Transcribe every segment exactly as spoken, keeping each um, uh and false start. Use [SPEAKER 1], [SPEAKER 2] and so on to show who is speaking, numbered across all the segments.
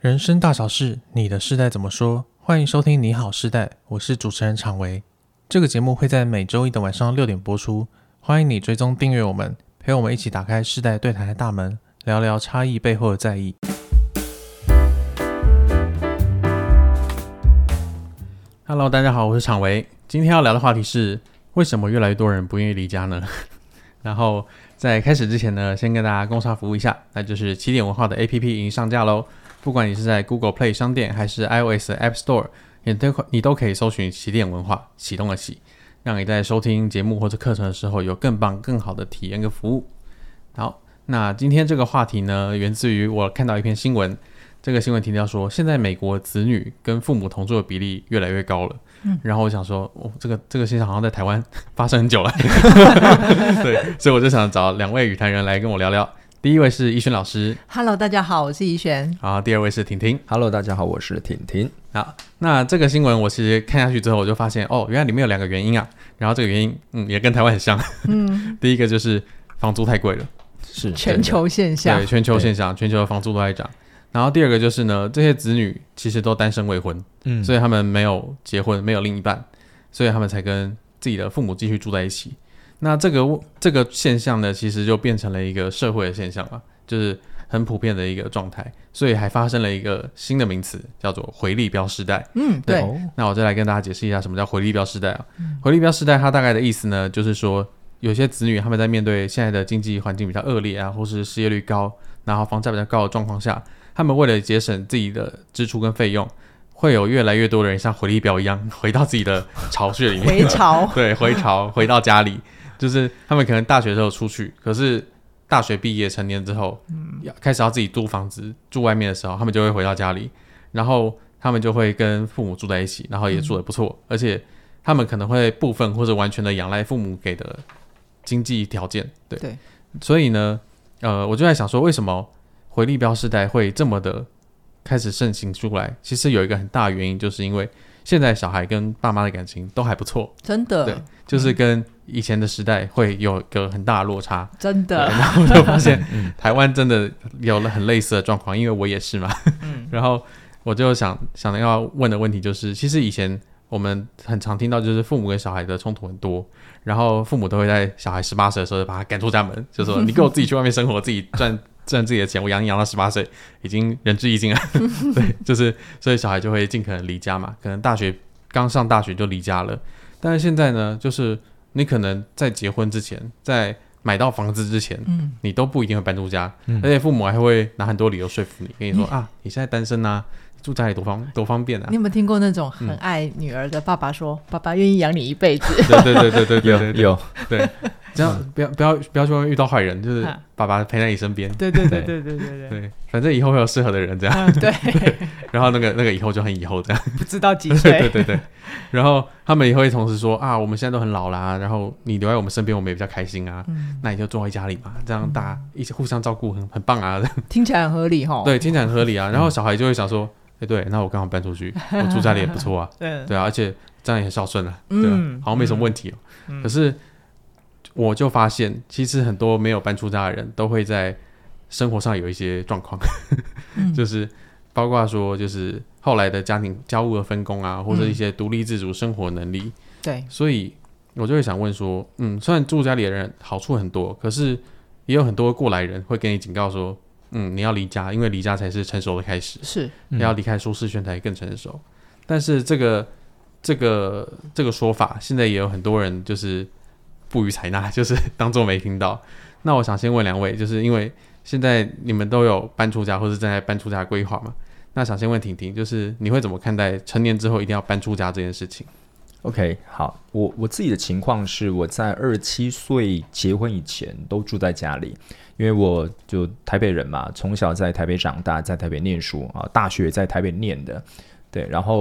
[SPEAKER 1] 人生大小事，你的世代怎么说？欢迎收听你好世代，我是主持人常维。这个节目会在每周一的晚上六点播出，欢迎你追踪订阅我们，陪我们一起打开世代对谈的大门，聊聊差异背后的在意。Hello， 大家好，我是常维。今天要聊的话题是为什么越来越多人不愿意离家呢？然后在开始之前呢，先跟大家工商服务一下，那就是起点文化的 A P P 已经上架咯。不管你是在 Google Play 商店还是 iOS 的 App Store， 你都, 你都可以搜寻起点文化，启动的启，让你在收听节目或者课程的时候有更棒更好的体验跟服务。好，那今天这个话题呢，源自于我看到一篇新闻，这个新闻提到说，现在美国子女跟父母同住的比例越来越高了。嗯、然后我想说，哦、这个这个现象好像在台湾发生很久了，对，所以我就想找两位语坛人来跟我聊聊。第一位是怡璇老师
[SPEAKER 2] ，Hello， 大家好，我是怡璇。
[SPEAKER 1] 好，第二位是婷婷
[SPEAKER 3] ，Hello， 大家好，我是婷婷。
[SPEAKER 1] 好，那这个新闻我其实看下去之后，我就发现哦，原来里面有两个原因啊，然后这个原因嗯也跟台湾很像，嗯，第一个就是房租太贵了，
[SPEAKER 3] 是
[SPEAKER 2] 全球现象，
[SPEAKER 1] 对，全球现象，全球的房租都在涨。然后第二个就是呢，这些子女其实都单身未婚，嗯，所以他们没有结婚，没有另一半，所以他们才跟自己的父母继续住在一起。那这个这个现象呢，其实就变成了一个社会的现象了，就是很普遍的一个状态，所以还发生了一个新的名词，叫做回力镖世代。
[SPEAKER 2] 嗯，对。
[SPEAKER 1] 对，那我再来跟大家解释一下什么叫回力镖世代啊。嗯、回力镖世代它大概的意思呢，就是说有些子女他们在面对现在的经济环境比较恶劣啊，或是失业率高，然后房价比较高的状况下，他们为了节省自己的支出跟费用，会有越来越多的人像回力镖一样回到自己的巢穴里面，
[SPEAKER 2] 回巢，
[SPEAKER 1] 对，回巢，回到家里。就是他们可能大学的时候出去，可是大学毕业成年之后，嗯，开始要自己租房子住外面的时候，他们就会回到家里，然后他们就会跟父母住在一起，然后也住得不错，嗯、而且他们可能会部分或者完全的仰赖父母给的经济条件，对，
[SPEAKER 2] 对，
[SPEAKER 1] 所以呢，呃，我就在想说，为什么回力镖世代会这么的开始盛行出来？其实有一个很大的原因，就是因为现在小孩跟爸妈的感情都还不错，
[SPEAKER 2] 真的，
[SPEAKER 1] 对，就是跟以前的时代会有个很大的落差，
[SPEAKER 2] 真的。
[SPEAKER 1] 然后我就发现台湾真的有了很类似的状况，因为我也是嘛。嗯、然后我就想想要问的问题就是，其实以前我们很常听到，就是父母跟小孩的冲突很多，然后父母都会在小孩十八岁的时候把他赶出家门，就说你给我自己去外面生活，自己赚赚自己的钱，我养你养到十八岁，已经仁至义尽了。对，就是所以小孩就会尽可能离家嘛，可能大学刚上大学就离家了。但是现在呢，就是你可能在结婚之前，在买到房子之前，嗯、你都不一定会搬出家，嗯、而且父母还会拿很多理由说服你，跟你说、嗯、啊，你现在单身啊，住家里多方多方便啊。
[SPEAKER 2] 你有没有听过那种很爱女儿的爸爸说，嗯、爸爸愿意养你一辈子？
[SPEAKER 1] 对对对对对对对，
[SPEAKER 3] 有
[SPEAKER 1] 对，这样不要不要不要去外面遇到坏人，就是爸爸陪在你身边。
[SPEAKER 2] 对对对对对对对
[SPEAKER 1] 对，反正以后会有适合的人这样。
[SPEAKER 2] 嗯、对,
[SPEAKER 1] 对，然后那个那个以后就很以后这样，
[SPEAKER 2] 不知道几岁。
[SPEAKER 1] 对对对，然后他们也会同时说啊，我们现在都很老啦，然后你留在我们身边，我们也比较开心啊。嗯、那你就住在家里嘛，这样大家一起互相照顾，很很棒啊。
[SPEAKER 2] 听起来很合理齁。
[SPEAKER 1] 对，听起来很合理啊。然后小孩就会想说，哎、欸，对，那我刚好搬出去，我住家里也不错啊。对对啊，而且这样也很孝顺啊，对啊，嗯、好像没什么问题哦、喔。嗯、可是我就发现，其实很多没有搬出家的人都会在生活上有一些状况，嗯、就是包括说，就是后来的家庭家务的分工啊，或者一些独立自主生活能力。
[SPEAKER 2] 对，
[SPEAKER 1] 所以我就会想问说，嗯，虽然住家里的人好处很多，可是也有很多过来人会跟你警告说，嗯，你要离家，因为离家才是成熟的开始，
[SPEAKER 2] 是，
[SPEAKER 1] 你要离开舒适圈才更成熟。但是这个这个这个说法，现在也有很多人就是不予采纳，就是当作没听到。那我想先问两位，就是因为现在你们都有搬出家或是正在搬出家的规划嘛？那想先问婷婷，就是你会怎么看待成年之后一定要搬出家这件事情？
[SPEAKER 3] OK， 好，我我自己的情况是，我在二十七岁结婚以前都住在家里，因为我就台北人嘛，从小在台北长大，在台北念书啊，大学在台北念的，对，然后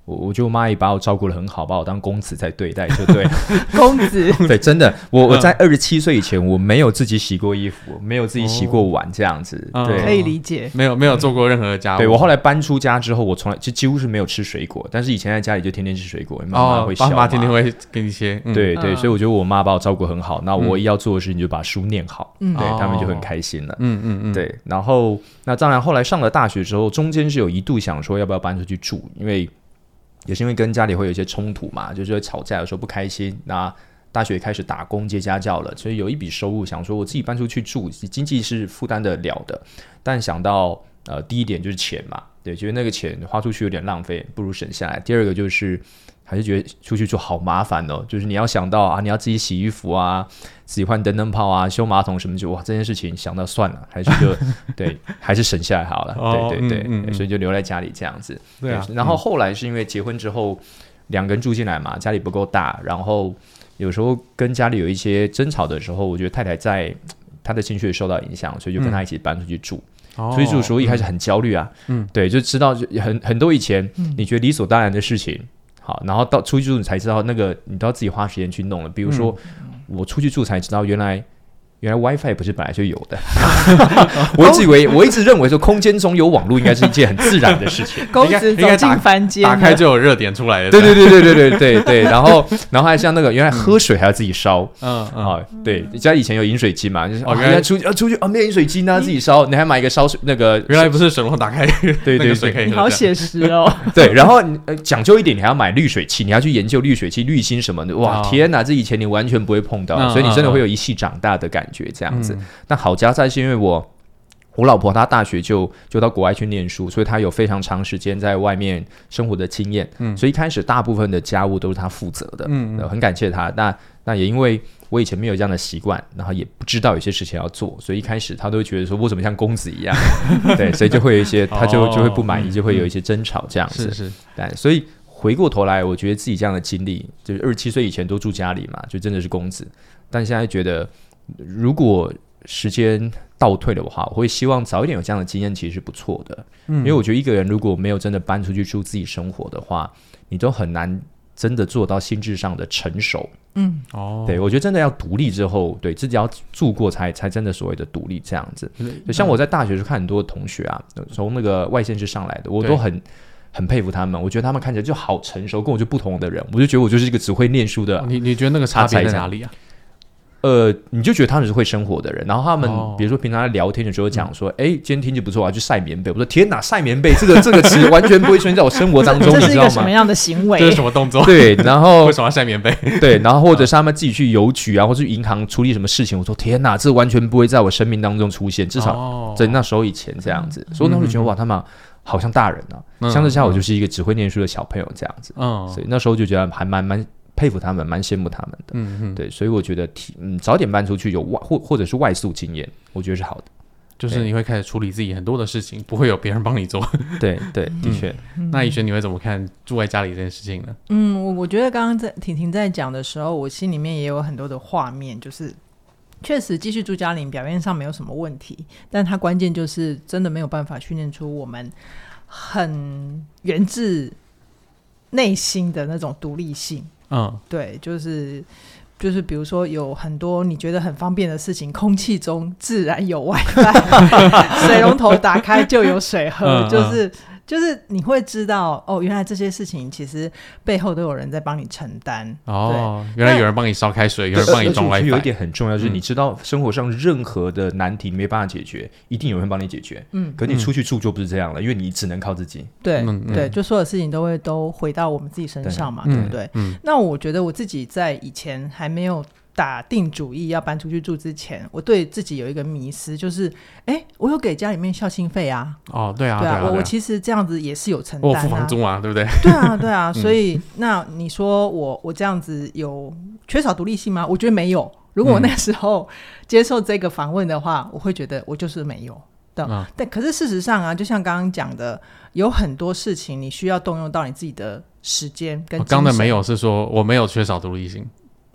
[SPEAKER 3] 我我觉得我妈也把我照顾得很好，把我当公子在对待，就对了。
[SPEAKER 2] 公子，
[SPEAKER 3] 对，真的，我我在二十七岁以前，我没有自己洗过衣服，没有自己洗过碗，这样子，
[SPEAKER 1] 哦、
[SPEAKER 3] 对，
[SPEAKER 2] 可以理解。
[SPEAKER 1] 没有没有做过任何的家务。
[SPEAKER 3] 对，我后来搬出家之后，我从来就几乎是没有吃水果，但是以前在家里就天天吃水果，妈妈会笑嘛，
[SPEAKER 1] 爸妈天天会给你切。嗯、
[SPEAKER 3] 对对、嗯，所以我觉得我妈把我照顾很好，那我要做的事情就把书念好，
[SPEAKER 2] 嗯、
[SPEAKER 3] 对、哦、他们就很开心了。
[SPEAKER 1] 嗯嗯嗯，
[SPEAKER 3] 对，然后那当然后来上了大学之后，中间是有一度想说要不要搬出去住，因为也是因为跟家里会有一些冲突嘛，就是会吵架，有时候不开心。那大学开始打工接家教了，所以有一笔收入，想说我自己搬出去住，经济是负担得了的。但想到呃，第一点就是钱嘛，对，觉得那个钱花出去有点浪费，不如省下来。第二个就是还是觉得出去住好麻烦哦，就是你要想到啊，你要自己洗衣服啊，自己换灯灯泡啊，修马桶什么就哇，这件事情想到算了，还是就对，还是省下来好了。哦、对对对、嗯嗯嗯，所以就留在家里这样子。
[SPEAKER 1] 对啊，
[SPEAKER 3] 然后后来是因为结婚之后、嗯、两个人住进来嘛，家里不够大，然后有时候跟家里有一些争吵的时候，我觉得太太在她的情绪也受到影响，所以就跟她一起搬出去住。嗯、出去住的时候一开始很焦虑啊，嗯，对，就知道就很很多以前你觉得理所当然的事情。好，然后到出去住你才知道那个你都要自己花时间去弄了。比如说、嗯、我出去住才知道原来原来 WiFi 不是本来就有的。我一直以为我一直认为说空间中有网络应该是一件很自然的事情。
[SPEAKER 2] 公子走进凡间，
[SPEAKER 1] 打开就有热点出来了。
[SPEAKER 3] 对对对对对对对对。然后然后还像那个原来喝水还要自己烧。嗯嗯、哦。对，家以前有饮水机嘛，就是哦原来出去啊出去啊没有饮水机呢自己烧，你还买一个烧水那个
[SPEAKER 1] 原来不是水龙头打开对对对，那个水可以喝。
[SPEAKER 2] 你好写实哦。
[SPEAKER 3] 对，然后呃讲究一点，你还要买滤水器，你要去研究滤水器滤芯什么的。哇、哦、天哪，这以前你完全不会碰到，嗯、所以你真的会有一系长大的感觉这样子。嗯但好家在是因为我我老婆她大学就就到国外去念书，所以她有非常长时间在外面生活的经验，嗯，所以一开始大部分的家务都是她负责的，嗯、呃，很感谢她。那那也因为我以前没有这样的习惯，然后也不知道有些事情要做，所以一开始她都会觉得说我怎么像公子一样，对，所以就会有一些她就就会不满意，就会有一些争吵这样子，
[SPEAKER 1] 是是，
[SPEAKER 3] 对，所以回过头来，我觉得自己这样的经历，就是二十七岁以前都住家里嘛，就真的是公子，但现在觉得如果时间倒退的话，我会希望早一点有这样的经验，其实是不错的。嗯，因为我觉得一个人如果没有真的搬出去住自己生活的话，你都很难真的做到心智上的成熟。嗯，哦，对，我觉得真的要独立之后，对自己要住过才才真的所谓的独立这样子。就像我在大学时看很多同学啊，从那个外县市上来的，我都很很佩服他们。我觉得他们看起来就好成熟，跟我就不同的人，我就觉得我就是一个只会念书的。
[SPEAKER 1] 你你觉得那个差别在哪里啊？
[SPEAKER 3] 呃，你就觉得他们是会生活的人，然后他们、哦、比如说平常在聊天的时候讲说，哎、嗯，今天天气不错啊，去晒棉被。我说天哪，晒棉被这个这个词完全不会出现在我生活当中，
[SPEAKER 2] 这是一个什么样的行为？
[SPEAKER 1] 这是什么动作？
[SPEAKER 3] 对，然后
[SPEAKER 1] 为什么要晒棉被？
[SPEAKER 3] 对，然后或者是他们自己去邮局啊，或者去银行处理什么事情，我说天哪，这完全不会在我生命当中出现，至少在那时候以前这样子。哦、所以那时候觉得哇，他们好像大人啊，嗯、相对下我就是一个只会念书的小朋友这样子。嗯，所以那时候就觉得还蛮蛮。佩服他们，蛮羡慕他们的。嗯嗯，对，所以我觉得嗯，早点搬出去有外或或者是外宿经验，我觉得是好的。
[SPEAKER 1] 就是你会开始处理自己很多的事情，不会有别人帮你做。
[SPEAKER 3] 对对，的确。
[SPEAKER 1] 嗯、那以璇你会怎么看住在家里这件事情呢？
[SPEAKER 2] 嗯，我我觉得刚刚在婷婷在讲的时候，我心里面也有很多的画面，就是确实继续住家里表面上没有什么问题，但它关键就是真的没有办法训练出我们很源自内心的那种独立性。嗯，对，就是就是比如说有很多你觉得很方便的事情，空气中自然有 WiFi 水龙头打开就有水喝。嗯、就是就是你会知道哦，原来这些事情其实背后都有人在帮你承担。
[SPEAKER 1] 哦，原来有人帮你烧开水，有人帮你装 WiFi。
[SPEAKER 3] 有一点很重要，就是你知道生活上任何的难题你没办法解决，一定有人帮你解决。嗯，可你出去住就不是这样了，因为你只能靠自己。
[SPEAKER 2] 对、嗯、对，就所有事情都会都回到我们自己身上嘛， 对, 对不对、嗯嗯？那我觉得我自己在以前还没有打定主意要搬出去住之前，我对自己有一个迷思，就是哎，我有给家里面孝心费啊。
[SPEAKER 1] 哦，对啊，
[SPEAKER 2] 对啊，
[SPEAKER 1] 对啊，
[SPEAKER 2] 我我其实这样子也是有承担啊，
[SPEAKER 1] 我付房租啊，对不对？
[SPEAKER 2] 对啊，对啊，所以、嗯、那你说我我这样子有缺少独立性吗？我觉得没有。如果我那时候接受这个访问的话，我会觉得我就是没有。嗯、但可是事实上啊，就像刚刚讲的，有很多事情你需要动用到你自己的时间跟精神。
[SPEAKER 1] 刚的没有是说我没有缺少独立性。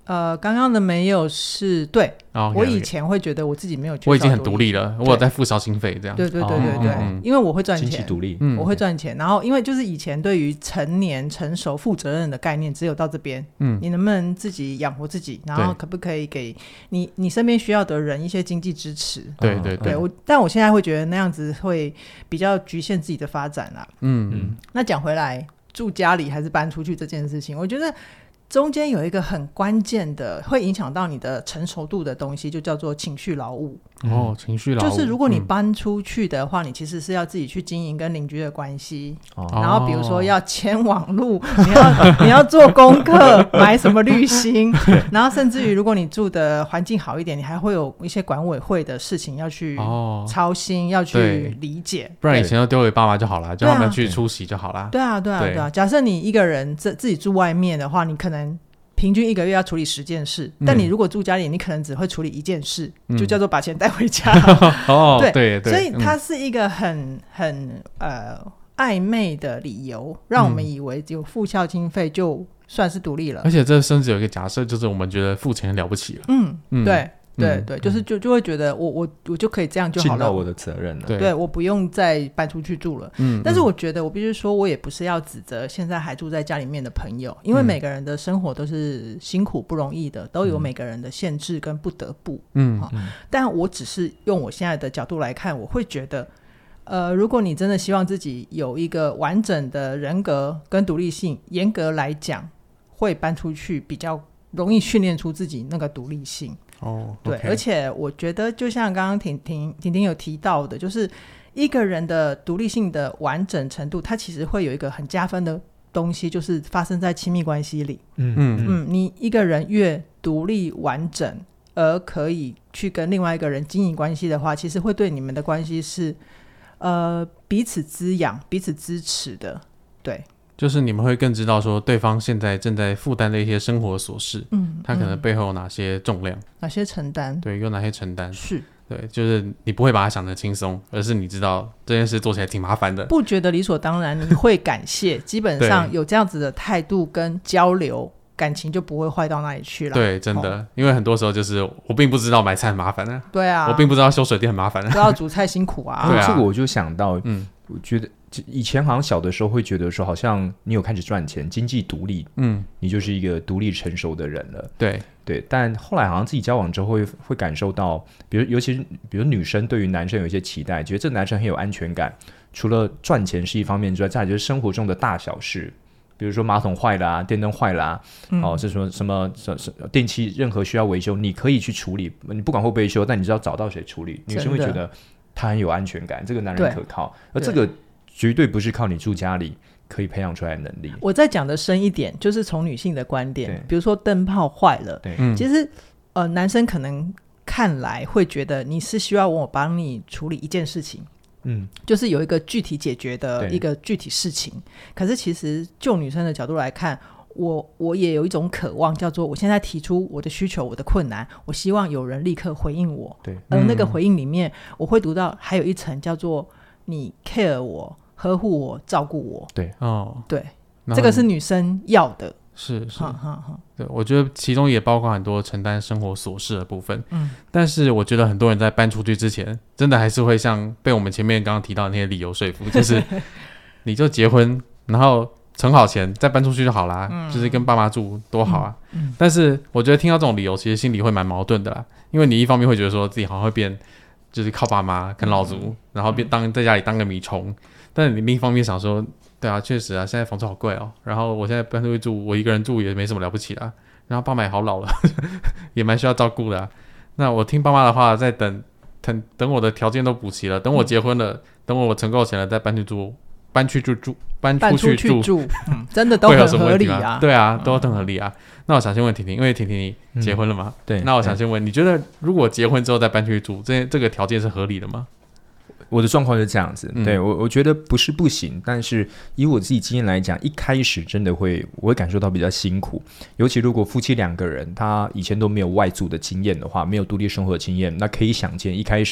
[SPEAKER 2] 呃，刚刚的没有是对、
[SPEAKER 1] 哦 okay,
[SPEAKER 2] 我以前会觉得我自己没有缺少
[SPEAKER 1] 我已经很独立了，我有在付孝心费这样。
[SPEAKER 2] 对对对对对、
[SPEAKER 1] 哦、
[SPEAKER 2] 因为我会赚钱，
[SPEAKER 3] 经济独立、
[SPEAKER 2] 嗯、我会赚钱。然后因为就是以前对于成年成熟负责任的概念只有到这边，嗯，你能不能自己养活自己，然后可不可以给你你身边需要的人一些经济支持。
[SPEAKER 1] 对对 对,
[SPEAKER 2] 对我但我现在会觉得那样子会比较局限自己的发展啦。嗯嗯。那讲回来，住家里还是搬出去这件事情，我觉得中间有一个很关键的会影响到你的成熟度的东西，就叫做情绪劳务。
[SPEAKER 1] 哦，情绪劳务
[SPEAKER 2] 就是如果你搬出去的话、嗯、你其实是要自己去经营跟邻居的关系、哦、然后比如说要签网路，你要你要做功课买什么滤芯然后甚至于如果你住的环境好一点，你还会有一些管委会的事情要去操心、哦、要去理解，
[SPEAKER 1] 不然以前就丢给爸妈就好了，叫他们去出席就好了。
[SPEAKER 2] 对啊对啊 对, 对啊。假设你一个人自自己住外面的话，你可能平均一个月要处理十件事、嗯、但你如果住家里，你可能只会处理一件事、嗯、就叫做把钱带回家
[SPEAKER 1] 哦，
[SPEAKER 2] 对
[SPEAKER 1] 对对，
[SPEAKER 2] 所以它是一个很很呃暧昧的理由，让我们以为有付孝经费就算是独立了、
[SPEAKER 1] 嗯、而且这甚至有一个假设，就是我们觉得付钱很了不起了。
[SPEAKER 2] 嗯, 嗯对对对、
[SPEAKER 1] 嗯、
[SPEAKER 2] 就是就就会觉得我我我就可以这样就好了，
[SPEAKER 3] 尽到我的责任了。
[SPEAKER 2] 对, 对我不用再搬出去住了。嗯，但是我觉得我必须说，我也不是要指责现在还住在家里面的朋友，因为每个人的生活都是辛苦不容易的，都有每个人的限制跟不得不。嗯、哦、但我只是用我现在的角度来看，我会觉得呃，如果你真的希望自己有一个完整的人格跟独立性，严格来讲会搬出去比较容易训练出自己那个独立性。
[SPEAKER 1] 哦，
[SPEAKER 2] 对，
[SPEAKER 1] okay.
[SPEAKER 2] 而且我觉得就像刚刚婷婷婷婷有提到的，就是一个人的独立性的完整程度，它其实会有一个很加分的东西，就是发生在亲密关系里。嗯嗯嗯，你一个人越独立完整而可以去跟另外一个人经营关系的话，其实会对你们的关系是呃彼此滋养彼此支持的。对，
[SPEAKER 1] 就是你们会更知道说对方现在正在负担的一些生活琐事，嗯，他可能背后有哪些重量、嗯、
[SPEAKER 2] 哪些承担，
[SPEAKER 1] 对，有哪些承担，
[SPEAKER 2] 是，
[SPEAKER 1] 对，就是你不会把它想得轻松，而是你知道这件事做起来挺麻烦的，
[SPEAKER 2] 不觉得理所当然，你会感谢基本上有这样子的态度跟交流，感情就不会坏到哪里去了。
[SPEAKER 1] 对，真的、哦、因为很多时候就是我并不知道买菜很麻烦啊，
[SPEAKER 2] 对啊，
[SPEAKER 1] 我并不知道修水电很麻烦啊，
[SPEAKER 2] 不知道煮菜辛苦啊
[SPEAKER 3] 对啊，这个我就想到嗯，我觉得以前好像小的时候会觉得说好像你有开始赚钱经济独立，嗯，你就是一个独立成熟的人了。
[SPEAKER 1] 对
[SPEAKER 3] 对，但后来好像自己交往之后会会感受到，比如尤其是比如女生对于男生有一些期待，觉得这男生很有安全感，除了赚钱是一方面之外，再来就是生活中的大小事，比如说马桶坏了啊，电灯坏了啊，嗯、哦，是什么什么什么定期任何需要维修你可以去处理，你不管会不会修，但你知道找到谁处理，女生会觉得他很有安全感，这个男人可靠，而这个绝对不是靠你住家里可以培养出来的能力。
[SPEAKER 2] 我再讲的深一点，就是从女性的观点，比如说灯泡坏了，对，其实呃，男生可能看来会觉得你是需要我帮你处理一件事情，嗯，就是有一个具体解决的一个具体事情。可是其实就女生的角度来看，我我也有一种渴望，叫做我现在提出我的需求我的困难，我希望有人立刻回应我。对，而那个回应里面、嗯、我会读到还有一层叫做你 care 我呵护我照顾我。对哦，对，这个是女生要的。
[SPEAKER 1] 是是，哈哈哈，对，我觉得其中也包括很多承担生活琐事的部分。嗯，但是我觉得很多人在搬出去之前，真的还是会像被我们前面刚刚提到的那些理由说服，就是你就结婚，然后存好钱再搬出去就好啦，嗯、就是跟爸妈住多好啊、嗯嗯。但是我觉得听到这种理由，其实心里会蛮矛盾的啦，因为你一方面会觉得说自己好像会变，就是靠爸妈跟老祖、嗯，然后变当在家里当个米虫，但是你另一方面想说。对啊，确实啊，现在房租好贵哦。然后我现在搬出去住，我一个人住也没什么了不起啦。然后爸妈也好老了，也蛮需要照顾的、啊。那我听爸妈的话，再等等等我的条件都补齐了，等我结婚了，嗯、等我存够钱了，再搬去住，搬去住住，搬出去住，
[SPEAKER 2] 住嗯、真的都很合理啊。
[SPEAKER 1] 对啊，都很合理啊。嗯、那我想先问婷婷，因为婷婷你结婚了嘛、嗯？对。那我想先问，你觉得如果结婚之后再搬去住，这这个条件是合理的吗？
[SPEAKER 3] 我的状况是这样子，对，我我觉得不是不行，但是以我自己经验来讲，一开始真的会我会感受到比较辛苦，尤其如果夫妻两个人他以前都没有外住的经验的话，没有独立生活的经验，那可以想见一开始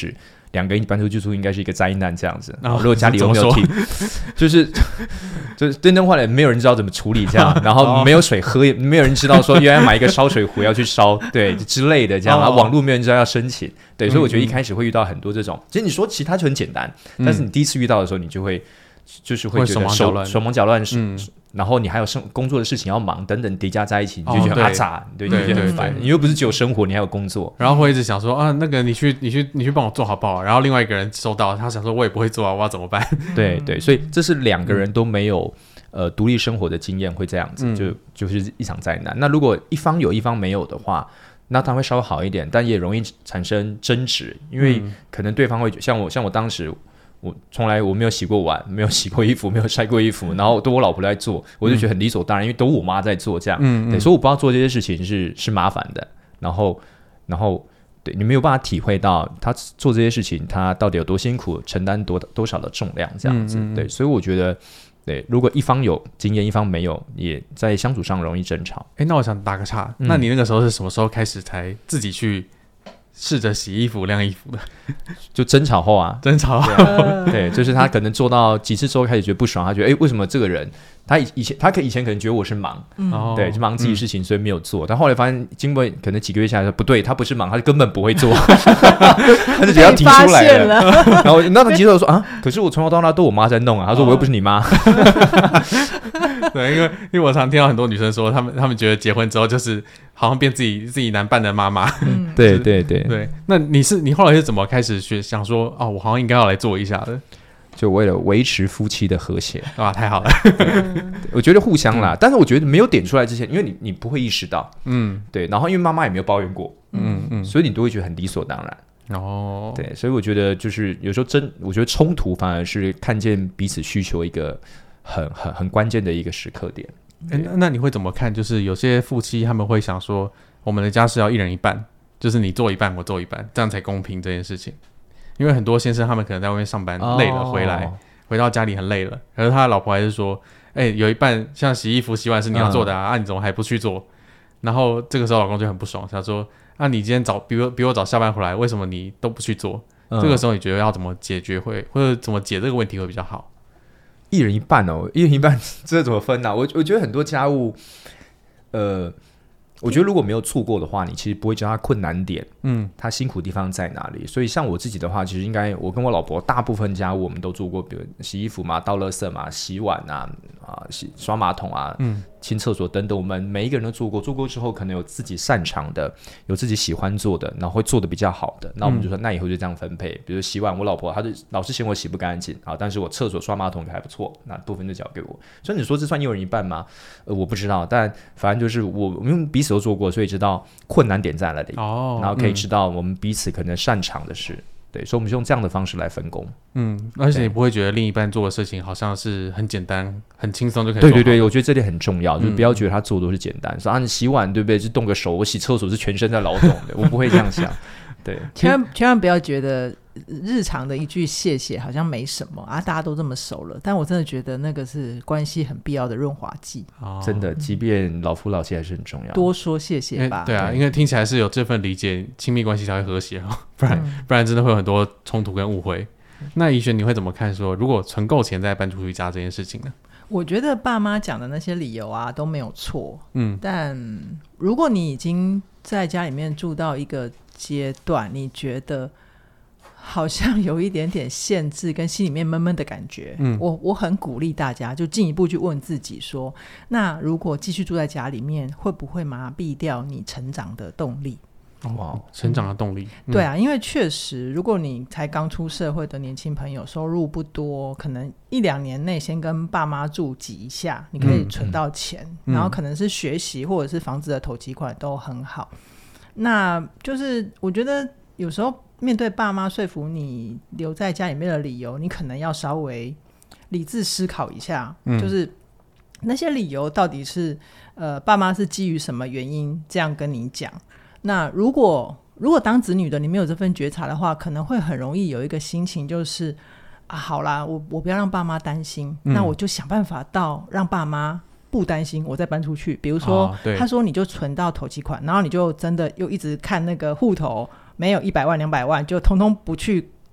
[SPEAKER 3] 两个人搬出去住应该是一个灾难这样子。
[SPEAKER 1] 哦、
[SPEAKER 3] 如果家里有没有停，就是就是电灯坏了，没有人知道怎么处理这样，然后没有水喝，也没有人知道说原来买一个烧水壶要去烧，对之类的这样，哦、然后网络没有人知道要申请，对，所以我觉得一开始会遇到很多这种。嗯、其实你说其他就很简单，嗯、但是你第一次遇到的时候，你就会就是会觉得手手忙脚乱，嗯。然后你还有生工作的事情要忙等等叠加在一起，你就觉得阿杂，对，就觉得很烦。你又不是只有生活，你还有工作，
[SPEAKER 1] 然后会一直想说啊，那个你去你去你去帮我做好不好？然后另外一个人收到，他想说我也不会做啊，我要怎么办？
[SPEAKER 3] 对对，所以这是两个人都没有、嗯、呃独立生活的经验，会这样子，嗯、就就是一场灾难。那如果一方有一方没有的话，那他会稍微好一点，但也容易产生争执，因为可能对方会像我像我当时。我从来我没有洗过碗，没有洗过衣服，没有晒过衣服，然后都我老婆在做，我就觉得很理所当然，因为都我妈在做这样，嗯嗯对，所以我不知道做这些事情是是麻烦的，然后然后对你没有办法体会到他做这些事情他到底有多辛苦，承担多多少的重量这样子，嗯嗯对，所以我觉得对，如果一方有经验，一方没有，也在相处上容易争吵。
[SPEAKER 1] 哎，那我想打个岔，嗯、那你那个时候是什么时候开始才自己去？试着洗衣服晾衣服的，
[SPEAKER 3] 就争吵后啊，
[SPEAKER 1] 争吵后，
[SPEAKER 3] 对，就是他可能做到几次之后开始觉得不爽，他觉得哎，为什么这个人他以前他可以前可能觉得我是忙，嗯、对，就忙自己事情，所以没有做，嗯、但后来发现经过可能几个月下来说不对，他不是忙，他根本不会做，他就觉得要提出来了，然后那他接受说啊，可是我从头到大都我妈在弄啊，他说我又不是你妈。
[SPEAKER 1] 对，因为因为我常听到很多女生说，她们她们觉得结婚之后就是好像变自己自己男扮的妈妈。
[SPEAKER 3] 嗯，对对对
[SPEAKER 1] 对。那你是你后来是怎么开始学想说哦，我好像应该要来做一下的？
[SPEAKER 3] 就为了维持夫妻的和谐。
[SPEAKER 1] 哇，太好了！
[SPEAKER 3] 我觉得互相啦，嗯、但是我觉得没有点出来之前，因为你你不会意识到，嗯，对。然后因为妈妈也没有抱怨过，嗯嗯，所以你都会觉得很理所当然。哦，对，所以我觉得就是有时候真，我觉得冲突反而是看见彼此需求一个。很很很关键的一个时刻点。
[SPEAKER 1] 欸、那, 那你会怎么看？就是有些夫妻他们会想说，我们的家事要一人一半，就是你做一半，我做一半，这样才公平这件事情。因为很多先生他们可能在外面上班累了回来，哦、回到家里很累了，可是他的老婆还是说，哎、欸，有一半像洗衣服、洗碗是你要做的啊，嗯、啊你怎么还不去做？然后这个时候老公就很不爽，他说，啊你今天早比我比我早下班回来，为什么你都不去做？嗯、这个时候你觉得要怎么解决会或者怎么解这个问题会比较好？
[SPEAKER 3] 一人一半哦，一人一半，这怎么分呢、啊？我我觉得很多家务，呃，我觉得如果没有触过的话，你其实不会知道它困难点，嗯，它辛苦的地方在哪里。所以像我自己的话，其实应该我跟我老婆大部分家务我们都做过，比如洗衣服嘛、倒垃圾嘛、洗碗啊、啊洗刷马桶啊、嗯、清厕所等等，我们每一个人都做过。做过之后，可能有自己擅长的，有自己喜欢做的，然后会做的比较好的。那我们就说，嗯、那以后就这样分配。比如洗碗，我老婆她就老是嫌我洗不干净啊，但是我厕所刷马桶还不错，那部分就交给我。所以你说这算一人一半吗？呃，我不知道，但反正就是我我们彼此都做过，所以知道困难点在哪里，哦、然后可以知道我们彼此可能擅长的事。对，所以我们是用这样的方式来分工。
[SPEAKER 1] 嗯，而且你不会觉得另一半做的事情好像是很简单、很轻松就可以做好。
[SPEAKER 3] 对对对，我觉得这点很重要，嗯、就是不要觉得他做的都是简单。说啊，你洗碗对不对？是动个手，我洗厕所是全身在劳动的，我不会这样想。对，
[SPEAKER 2] 千万千万不要觉得日常的一句谢谢好像没什么啊，大家都这么熟了。但我真的觉得那个是关系很必要的润滑剂。
[SPEAKER 3] 哦、真的，即便老夫老妻还是很重要。
[SPEAKER 2] 多说谢谢吧。
[SPEAKER 1] 对啊，因为听起来是有这份理解，亲密关系才会和谐，不然、嗯、不然真的会有很多冲突跟误会。那怡璇你会怎么看说，如果存够钱再搬出去家这件事情呢？
[SPEAKER 2] 我觉得爸妈讲的那些理由啊都没有错，嗯，但如果你已经在家里面住到一个阶段，你觉得好像有一点点限制跟心里面闷闷的感觉，嗯，我我很鼓励大家就进一步去问自己说，那如果继续住在家里面会不会麻痹掉你成长的动力？
[SPEAKER 1] 哇，成长的动力、
[SPEAKER 2] 嗯、对啊，因为确实如果你才刚出社会的年轻朋友，收入不多，可能一两年内先跟爸妈住挤一下，你可以存到钱、嗯、然后可能是学习或者是房子的头期款都很好。那就是我觉得有时候面对爸妈说服你留在家里面的理由，你可能要稍微理智思考一下、嗯、就是那些理由到底是呃爸妈是基于什么原因这样跟你讲。那如果如果当子女的你没有这份觉察的话，可能会很容易有一个心情就是啊，好啦，我我不要让爸妈担心、嗯、那我就想办法到让爸妈不担心我再搬出去。比如说、哦、他说你就存到头期款，然后你就真的又一直看那个户头没有一百万两百万就通通不去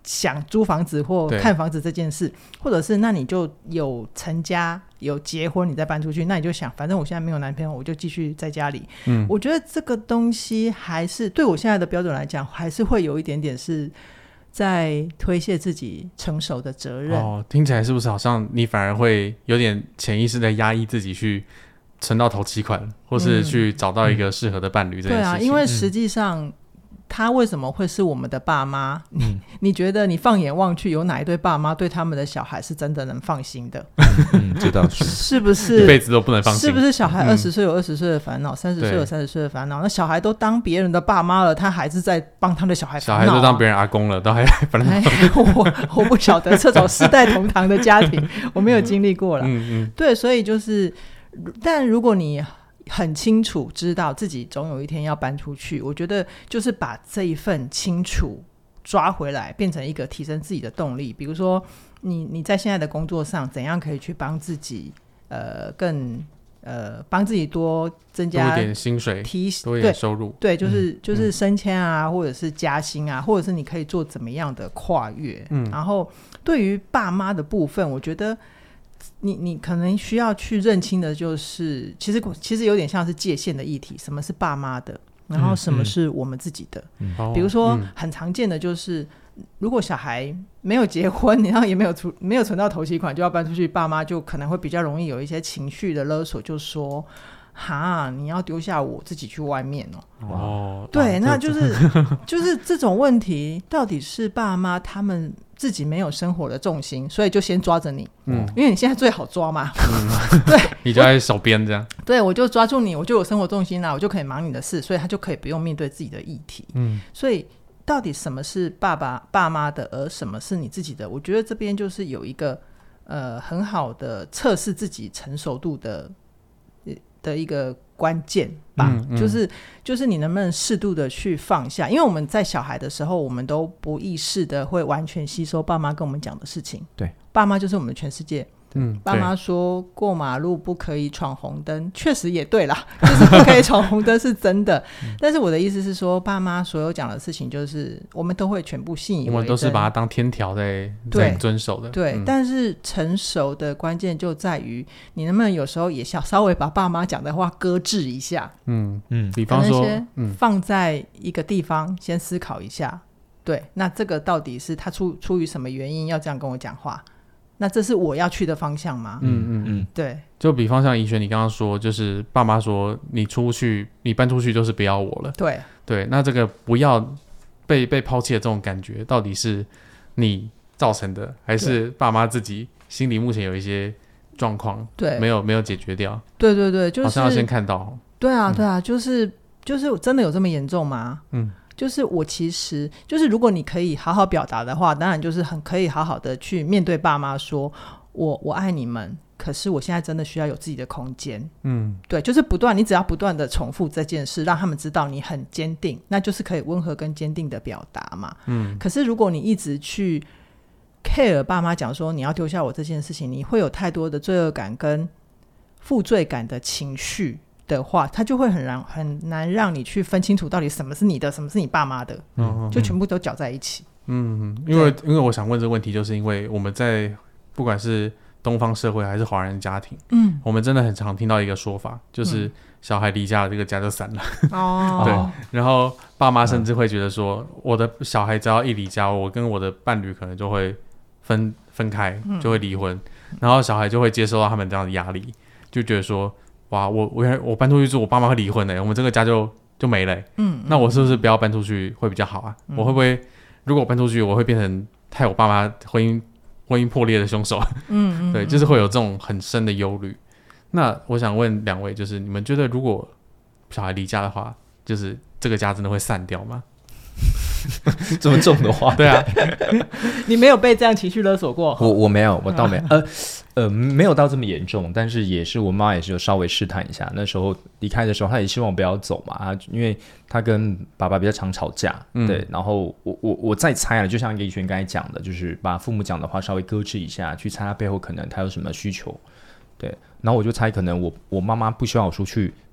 [SPEAKER 2] 想租房子或看房子这件事，或者是那你就有成家有结婚你再搬出去，那你就想反正我现在没有男朋友我就继续在家里、嗯、我觉得这个东西还是对我现在的标准来讲还是会有一点点是在推卸自己成熟的责任。
[SPEAKER 1] 哦，听起来是不是好像你反而会有点潜意识的压抑自己去存到头期款，或是去找到一个适合的伴侣这件事情、嗯、
[SPEAKER 2] 对啊，因为实际上、嗯他为什么会是我们的爸妈、嗯、你, 你觉得你放眼望去有哪一对爸妈对他们的小孩是真的能放心的？
[SPEAKER 3] 嗯，这倒是
[SPEAKER 2] 是不是
[SPEAKER 1] 一辈子都不能放心？
[SPEAKER 2] 是不是小孩二十岁有二十岁的烦恼，三十岁有三十岁的烦恼，那小孩都当别人的爸妈了，他还是在帮他的小孩烦恼、啊、
[SPEAKER 1] 小孩都当别人阿公了，都还反正、哎、
[SPEAKER 2] 我我不晓得这种世代同堂的家庭我没有经历过了、嗯嗯、对，所以就是但如果你很清楚知道自己总有一天要搬出去，我觉得就是把这一份清楚抓回来变成一个提升自己的动力。比如说你你在现在的工作上怎样可以去帮自己呃更呃帮自己多增加
[SPEAKER 1] 多一点薪水，
[SPEAKER 2] 提
[SPEAKER 1] 多一点收入，
[SPEAKER 2] 对，就是、嗯、就是升迁啊、嗯、或者是加薪啊，或者是你可以做怎么样的跨越、嗯、然后对于爸妈的部分我觉得你你可能需要去认清的就是其实其实有点像是界限的议题，什么是爸妈的，然后什么是我们自己的、嗯嗯、比如说、嗯、很常见的就是如果小孩没有结婚然后也没有存没有存到头期款就要搬出去，爸妈就可能会比较容易有一些情绪的勒索，就说哈你要丢下我自己去外面哦。哦，对，那就是就是这种问题到底是爸妈他们自己没有生活的重心，所以就先抓着你，嗯，因为你现在最好抓嘛，嗯、对，
[SPEAKER 1] 你就在手边这样，
[SPEAKER 2] 对，我就抓住你，我就有生活重心啦，我就可以忙你的事，所以他就可以不用面对自己的议题，嗯，所以到底什么是爸爸爸妈的，而什么是你自己的？我觉得这边就是有一个呃很好的测试自己成熟度的的一个关键吧、嗯嗯、就是就是你能不能适度的去放下，因为我们在小孩的时候我们都不意识的会完全吸收爸妈跟我们讲的事情，对，爸妈就是我们的全世界，嗯，爸妈说过马路不可以闯红灯，确实也对啦，就是不可以闯红灯是真的、嗯、但是我的意思是说爸妈所有讲的事情就是我们都会全部信以为真，
[SPEAKER 1] 我们都是把它当天条在在遵守的，
[SPEAKER 2] 对、嗯、但是成熟的关键就在于你能不能有时候也想稍微把爸妈讲的话搁置一下，嗯嗯，比方说嗯放在一个地方先思考一下，对，那这个到底是他出出于什么原因要这样跟我讲话，那这是我要去的方向吗？嗯嗯嗯，对，
[SPEAKER 1] 就比方像怡璇你刚刚说，就是爸妈说你出去你搬出去就是不要我了，
[SPEAKER 2] 对
[SPEAKER 1] 对，那这个不要被被抛弃的这种感觉到底是你造成的，还是爸妈自己心里目前有一些状况，对，没有没有解决掉？
[SPEAKER 2] 对对对，就是好
[SPEAKER 1] 像要先看到，
[SPEAKER 2] 对啊对啊、嗯、就是就是真的有这么严重吗？嗯，就是我其实就是如果你可以好好表达的话，当然就是很可以好好的去面对爸妈说我我爱你们，可是我现在真的需要有自己的空间，嗯，对，就是不断你只要不断的重复这件事让他们知道你很坚定，那就是可以温和跟坚定的表达嘛，嗯，可是如果你一直去 care 爸妈讲说你要丢下我这件事情，你会有太多的罪恶感跟负罪感的情绪的话，他就会很难很难让你去分清楚到底什么是你的什么是你爸妈的，嗯，就全部都搅在一起。
[SPEAKER 1] 嗯，因为因为我想问这个问题，就是因为我们在不管是东方社会还是华人家庭，嗯，我们真的很常听到一个说法，就是小孩离家了，这个家就散了。哦，对，然后爸妈甚至会觉得说，嗯、我的小孩只要一离家，我跟我的伴侣可能就会分分开，就会离婚，嗯、然后小孩就会接受到他们这样的压力，就觉得说，哇，我我我搬出去住，我爸妈会离婚的，我们这个家就就没了。嗯，那我是不是不要搬出去会比较好啊？嗯、我会不会如果我搬出去，我会变成害我爸妈婚姻婚姻破裂的凶手？嗯，对，就是会有这种很深的忧虑。那我想问两位，就是你们觉得如果小孩离家的话，就是这个家真的会散掉吗？
[SPEAKER 3] 这么重的话，
[SPEAKER 1] 对啊，
[SPEAKER 2] 你没有被这样情绪勒索过？
[SPEAKER 3] 我我没有，我倒没有，呃呃，没有到这么严重，但是也是我妈也是有稍微试探一下。那时候离开的时候，她也希望我不要走嘛，她因为她跟爸爸比较常吵架，嗯、对，然后我我我再猜了，就像叶璇刚才讲的，就是把父母讲的话稍微搁置一下，去猜他背后可能他有什么需求，对，然后我就猜可能我我妈妈不希望我出去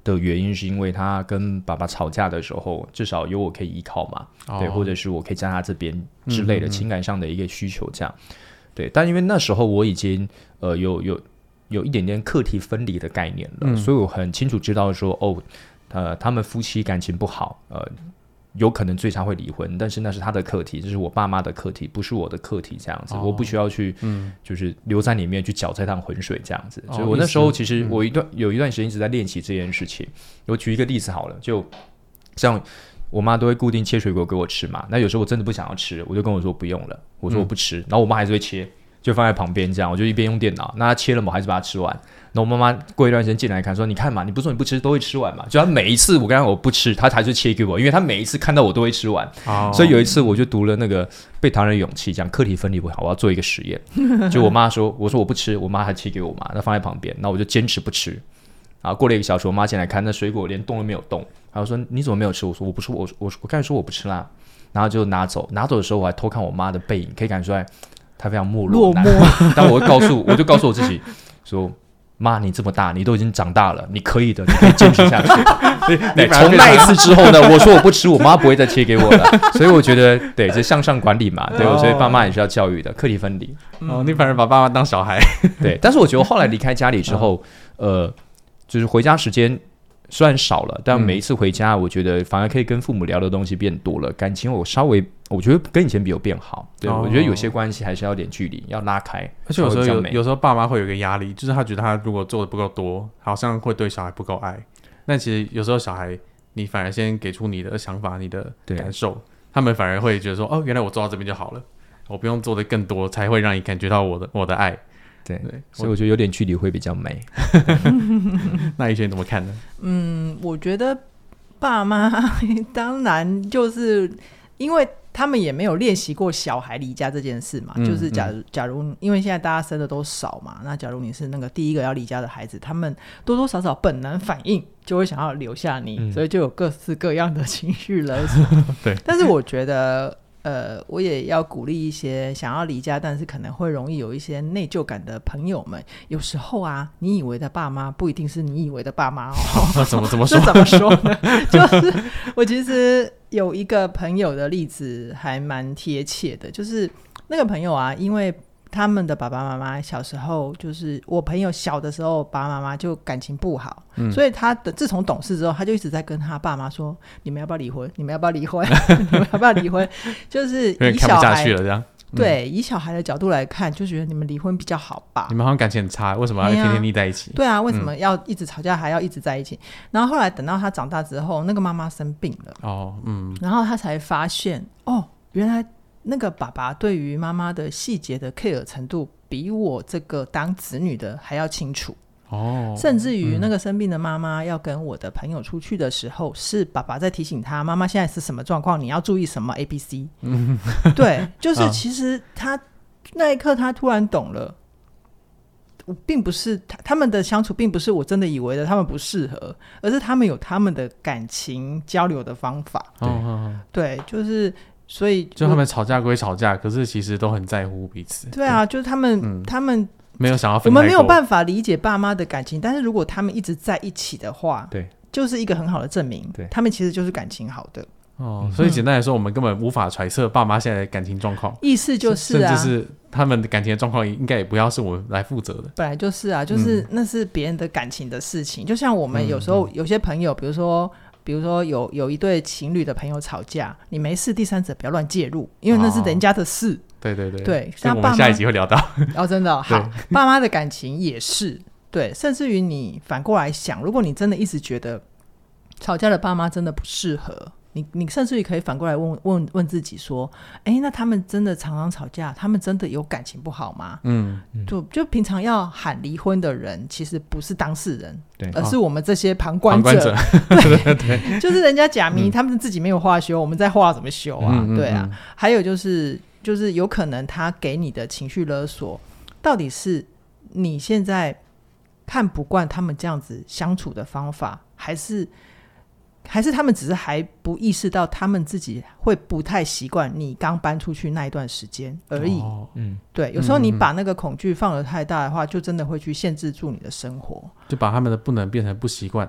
[SPEAKER 3] 的原因是因为他跟爸爸吵架的时候，至少有我可以依靠嘛，哦、对，或者是我可以在他这边之类的情感上的一个需求，这样，嗯嗯嗯对。但因为那时候我已经呃有有有一点点课题分离的概念了，嗯、所以我很清楚知道说，哦，呃，他们夫妻感情不好，呃。有可能最差会离婚，但是那是他的课题，这是我爸妈的课题，不是我的课题，这样子，哦、我不需要去，嗯，就是留在里面去搅这趟浑水，这样子。哦、所以我那时候其实我一段、嗯、有一段时间一直在练习这件事情。我举一个例子好了，就像我妈都会固定切水果给我吃嘛，那有时候我真的不想要吃，我就跟我说不用了，我说我不吃，嗯、然后我妈还是会切，就放在旁边这样，我就一边用电脑，那她切了嘛，我还是把它吃完。然后我妈妈过一段时间进来看说，你看嘛，你不是说你不吃都会吃完嘛，就她每一次我跟她我不吃，她还是切给我，因为她每一次看到我都会吃完，哦、所以有一次我就读了那个被唐人勇气，讲课题分离不好，我要做一个实验。就我妈说，我说我不吃，我妈还切给我嘛，那放在旁边，那我就坚持不吃。然后过了一个小时，我妈进来看，那水果连动都没有动，然后说你怎么没有吃？我说我不吃，我我我刚才说我不吃啦，然后就拿走，拿走的时候我还偷看我妈的背影，可以感觉出来她非常没落
[SPEAKER 2] 落寞。
[SPEAKER 3] 但我会告诉我就告诉我自己说。妈，你这么大，你都已经长大了，你可以的，你可以坚持下去。对，从那一次之后呢，我说我不吃，我妈不会再切给我了。所以我觉得，对，这向上管理嘛，对，所以爸妈也是要教育的，课题分离。
[SPEAKER 1] 哦，你反而把爸妈当小孩。
[SPEAKER 3] 对，但是我觉得后来离开家里之后，呃，就是回家时间虽然少了，但每一次回家，我觉得反而可以跟父母聊的东西变多了，感情我稍微。我觉得跟以前比有变好，对、哦、我觉得有些关系还是要有点距离，要拉开。
[SPEAKER 1] 而且有时候有有时候爸妈会有一个压力，就是他觉得他如果做的不够多，好像会对小孩不够爱。但其实有时候小孩，你反而先给出你的想法、你的感受，他们反而会觉得说：“哦，原来我做到这边就好了，我不用做的更多，才会让你感觉到我的我的爱。”
[SPEAKER 3] 对，对，所以我觉得有点距离会比较美。
[SPEAKER 1] 那以前怎么看呢？
[SPEAKER 2] 嗯，我觉得爸妈当然就是因为。他们也没有练习过小孩离家这件事嘛，嗯、就是假如假如因为现在大家生的都少嘛，那假如你是那个第一个要离家的孩子，他们多多少少本能反应就会想要留下你，嗯、所以就有各式各样的情绪勒索。
[SPEAKER 1] 对，
[SPEAKER 2] 但是我觉得呃，我也要鼓励一些想要离家但是可能会容易有一些内疚感的朋友们，有时候啊，你以为的爸妈不一定是你以为的爸妈哦。
[SPEAKER 1] 怎么怎么说？
[SPEAKER 2] 这怎么说呢？就是我其实有一个朋友的例子还蛮贴切的，就是那个朋友啊，因为他们的爸爸妈妈小时候，就是我朋友小的时候爸爸妈妈就感情不好，嗯、所以他的自从懂事之后，他就一直在跟他爸妈说，你们要不要离婚，你们要不要离婚你们要不要离婚，就是以小孩看不下去了这样。对，以小孩的角度来看，就觉得你们离婚比较好吧，
[SPEAKER 1] 你们好像感情很差，为什么要天天腻在一起？
[SPEAKER 2] 对啊，为什么要一直吵架还要一直在一起？嗯、然后后来等到他长大之后，那个妈妈生病了哦，嗯，然后他才发现哦，原来那个爸爸对于妈妈的细节的 care 程度比我这个当子女的还要清楚哦，甚至于那个生病的妈妈要跟我的朋友出去的时候，嗯、是爸爸在提醒他妈妈现在是什么状况，你要注意什么 A B C，嗯、对，就是其实他那一刻他突然懂了，并不是 他, 他们的相处并不是我真的以为的他们不适合，而是他们有他们的感情交流的方法，对，哦、对，就是所以
[SPEAKER 1] 就他们吵架归吵架，可是其实都很在乎彼此。
[SPEAKER 2] 对啊，就是他们、嗯、他们
[SPEAKER 1] 没有想要分开过，
[SPEAKER 2] 我们没有办法理解爸妈的感情，但是如果他们一直在一起的话，
[SPEAKER 3] 对，
[SPEAKER 2] 就是一个很好的证明，对，他们其实就是感情好的。
[SPEAKER 1] 哦，所以简单来说，我们根本无法揣测爸妈现在的感情状况，
[SPEAKER 2] 意思就是啊，
[SPEAKER 1] 甚至是他们的感情的状况，应该也不要是我们来负责的。
[SPEAKER 2] 本来就是啊，就是、嗯、那是别人的感情的事情。就像我们有时候、嗯、有些朋友，比如说，比如说有有一对情侣的朋友吵架，你没事，第三者不要乱介入，因为那是人家的事。哦、
[SPEAKER 1] 对对对，
[SPEAKER 2] 对，
[SPEAKER 1] 所以我们下一集会聊到。
[SPEAKER 2] 哦，真的、哦、好，爸妈的感情也是对，甚至于你反过来想，如果你真的一直觉得吵架的爸妈真的不适合。你你甚至于可以反过来问问问自己说，哎，那他们真的常常吵架，他们真的有感情不好吗？嗯，就就平常要喊离婚的人，其实不是当事人，对，而是我们这些旁观者。旁观者对, 对，就是人家假迷、嗯，他们自己没有话修，我们在话怎么修啊？嗯、对啊、嗯，还有就是就是有可能他给你的情绪勒索，到底是你现在看不惯他们这样子相处的方法，还是？还是他们只是还不意识到他们自己会不太习惯你刚搬出去那一段时间而已、哦嗯、对，有时候你把那个恐惧放得太大的话、嗯、就真的会去限制住你的生活，
[SPEAKER 1] 就把他们的不能变成不习惯，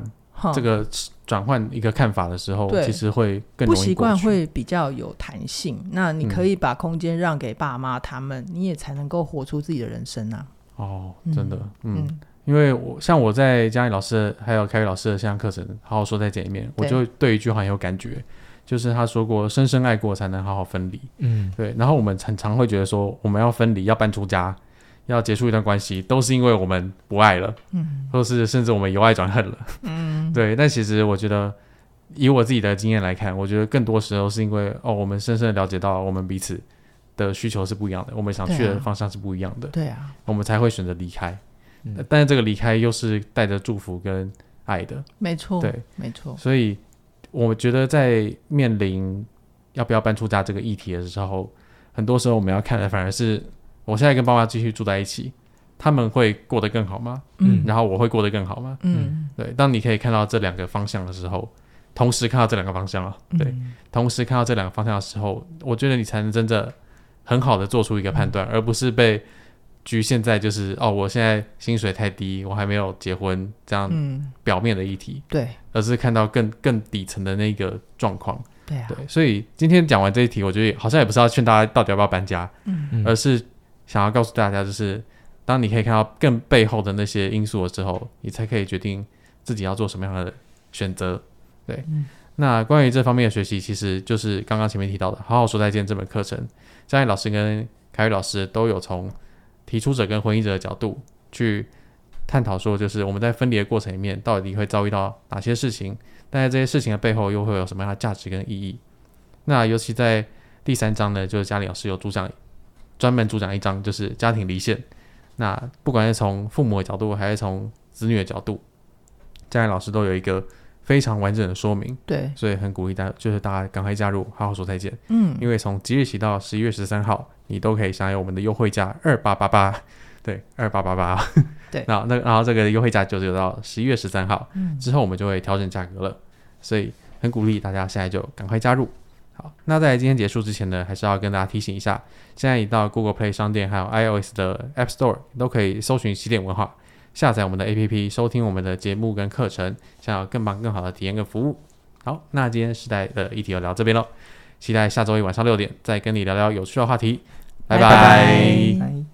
[SPEAKER 1] 这个转换一个看法的时候，
[SPEAKER 2] 对
[SPEAKER 1] 其实会更容易过去。
[SPEAKER 2] 不习惯会比较有弹性，那你可以把空间让给爸妈他们、嗯、你也才能够活出自己的人生啊。
[SPEAKER 1] 哦，真的，嗯。
[SPEAKER 2] 嗯
[SPEAKER 1] 因为我像我在嘉义老师的还有凯宇老师的线上课程好好说再见里面，我就对一句话很有感觉，就是他说过深深爱过才能好好分离。嗯，对。然后我们很常会觉得说我们要分离要搬出家要结束一段关系都是因为我们不爱了，嗯，或是甚至我们由爱转恨了，嗯，对。但其实我觉得以我自己的经验来看，我觉得更多时候是因为哦我们深深的了解到我们彼此的需求是不一样的，我们想去的方向是不一样的，
[SPEAKER 2] 对啊，我
[SPEAKER 1] 们才会选择离开。嗯、但是这个离开又是带着祝福跟爱的，
[SPEAKER 2] 没错，
[SPEAKER 1] 对，
[SPEAKER 2] 没错。
[SPEAKER 1] 所以我觉得在面临要不要搬出家这个议题的时候，很多时候我们要看的反而是我现在跟爸妈继续住在一起，他们会过得更好吗？嗯，然后我会过得更好吗？嗯，对。当你可以看到这两个方向的时候，同时看到这两个方向了，对、嗯，同时看到这两个方向的时候，我觉得你才能真的很好的做出一个判断、嗯，而不是被局限在就是哦，我现在薪水太低，我还没有结婚这样表面的议题，嗯、
[SPEAKER 2] 对，
[SPEAKER 1] 而是看到更更底层的那个状况，
[SPEAKER 2] 对啊，
[SPEAKER 1] 对，所以今天讲完这一题，我觉得好像也不是要劝大家到底要不要搬家，嗯，而是想要告诉大家，就是当你可以看到更背后的那些因素的时候，你才可以决定自己要做什么样的选择，对，嗯、那关于这方面的学习，其实就是刚刚前面提到的《好好说再见》这门课程，嘉义老师跟凯宇老师都有从提出者跟婚姻者的角度去探讨说，就是我们在分离的过程里面到底会遭遇到哪些事情，但在这些事情的背后又会有什么样的价值跟意义。那尤其在第三章呢，就是嘉玲老师有主讲专门主讲一章，就是家庭离线。那不管是从父母的角度还是从子女的角度，嘉玲老师都有一个非常完整的说明，对，所以很鼓励大家，就是大家赶快加入好好说再见，嗯，因为从即日起到十一月十三号，你都可以享有我们的优惠价二八八八，对，二八八八，对，然后那然后这个优惠价就只有到十一月十三号，嗯，之后我们就会调整价格了，所以很鼓励大家现在就赶快加入。好，那在今天结束之前呢，还是要跟大家提醒一下，现在你到 Google Play 商店还有 iOS 的 App Store 都可以搜寻起点文化，下载我们的 A P P 收听我们的节目跟课程，想要更棒更好的体验跟服务。好，那今天时代的议题就聊到这边咯，期待下周一晚上六点再跟你聊聊有趣的话题，拜拜。拜拜。